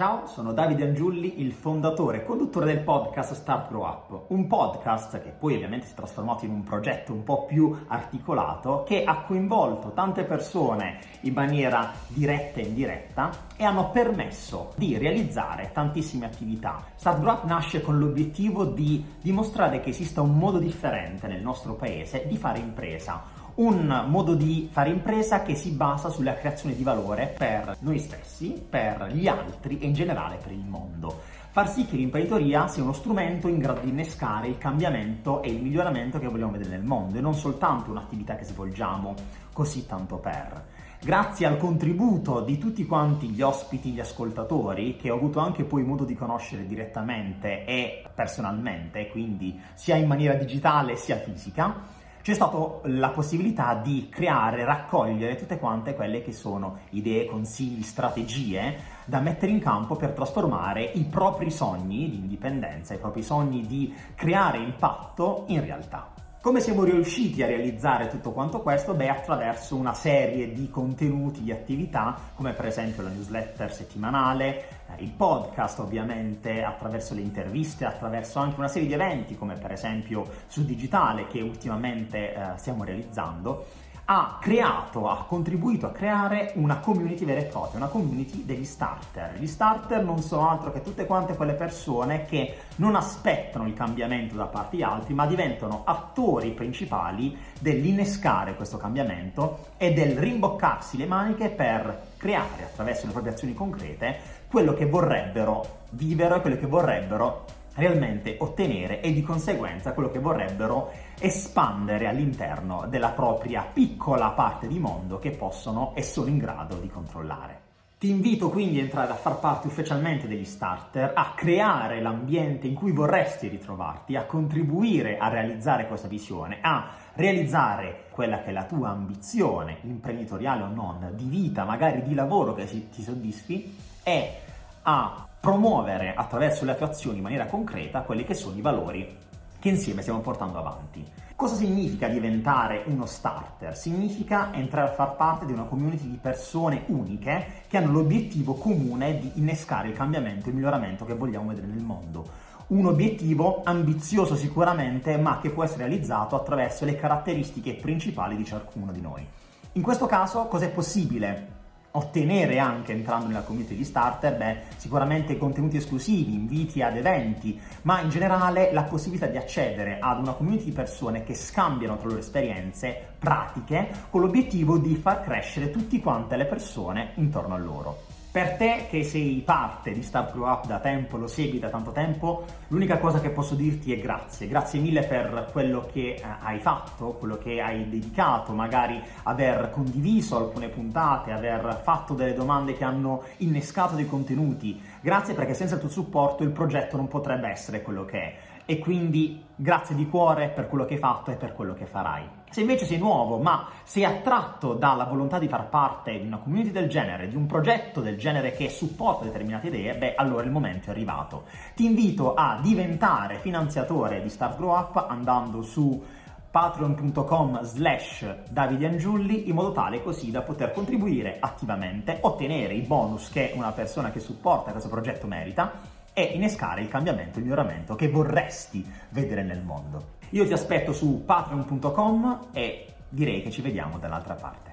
Ciao, sono Davide Angiulli, il fondatore e conduttore del podcast Start Grow Up, un podcast che poi ovviamente si è trasformato in un progetto un po' più articolato che ha coinvolto tante persone in maniera diretta e indiretta e hanno permesso di realizzare tantissime attività. Start Grow Up nasce con l'obiettivo di dimostrare che esista un modo differente nel nostro paese di fare impresa. Un modo di fare impresa che si basa sulla creazione di valore per noi stessi, per gli altri e in generale per il mondo. Far sì che l'imprenditoria sia uno strumento in grado di innescare il cambiamento e il miglioramento che vogliamo vedere nel mondo e non soltanto un'attività che svolgiamo così tanto per. Grazie al contributo di tutti quanti gli ospiti, gli ascoltatori, che ho avuto anche poi modo di conoscere direttamente e personalmente, quindi sia in maniera digitale sia fisica, c'è stata la possibilità di creare, raccogliere tutte quante quelle che sono idee, consigli, strategie da mettere in campo per trasformare i propri sogni di indipendenza, i propri sogni di creare impatto in realtà. Come siamo riusciti a realizzare tutto quanto questo? Attraverso una serie di contenuti, di attività, come per esempio la newsletter settimanale, il podcast ovviamente, attraverso le interviste, attraverso anche una serie di eventi, come per esempio Sul Digitale, che ultimamente stiamo realizzando, ha contribuito a creare una community vera e propria, una community degli starter. Gli starter non sono altro che tutte quante quelle persone che non aspettano il cambiamento da parte di altri, ma diventano attori principali dell'innescare questo cambiamento e del rimboccarsi le maniche per creare, attraverso le proprie azioni concrete, quello che vorrebbero vivere e quello che vorrebbero realmente ottenere e di conseguenza quello che vorrebbero espandere all'interno della propria piccola parte di mondo che possono e sono in grado di controllare. Ti invito quindi a entrare a far parte ufficialmente degli starter, a creare l'ambiente in cui vorresti ritrovarti, a contribuire a realizzare questa visione, a realizzare quella che è la tua ambizione, imprenditoriale o non, di vita, magari di lavoro che ti soddisfi, e a promuovere attraverso le tue azioni in maniera concreta quelli che sono i valori che insieme stiamo portando avanti. Cosa significa diventare uno starter? Significa entrare a far parte di una community di persone uniche che hanno l'obiettivo comune di innescare il cambiamento e il miglioramento che vogliamo vedere nel mondo. Un obiettivo ambizioso sicuramente, ma che può essere realizzato attraverso le caratteristiche principali di ciascuno di noi. In questo caso, cos'è possibile ottenere anche entrando nella community di starter? Sicuramente contenuti esclusivi, inviti ad eventi, ma in generale la possibilità di accedere ad una community di persone che scambiano tra loro esperienze pratiche con l'obiettivo di far crescere tutti quante le persone intorno a loro. Per te che sei parte di Start Grow Up da tempo, lo segui da tanto tempo, l'unica cosa che posso dirti è grazie. Grazie mille per quello che hai fatto, quello che hai dedicato, magari aver condiviso alcune puntate, aver fatto delle domande che hanno innescato dei contenuti. Grazie, perché senza il tuo supporto il progetto non potrebbe essere quello che è. E quindi grazie di cuore per quello che hai fatto e per quello che farai. Se invece sei nuovo, ma sei attratto dalla volontà di far parte di una community del genere, di un progetto del genere che supporta determinate idee, allora il momento è arrivato. Ti invito a diventare finanziatore di Start Grow Up andando su patreon.com/davideangiulli in modo tale così da poter contribuire attivamente, ottenere i bonus che una persona che supporta questo progetto merita e innescare il cambiamento e il miglioramento che vorresti vedere nel mondo. Io ti aspetto su patreon.com e direi che ci vediamo dall'altra parte.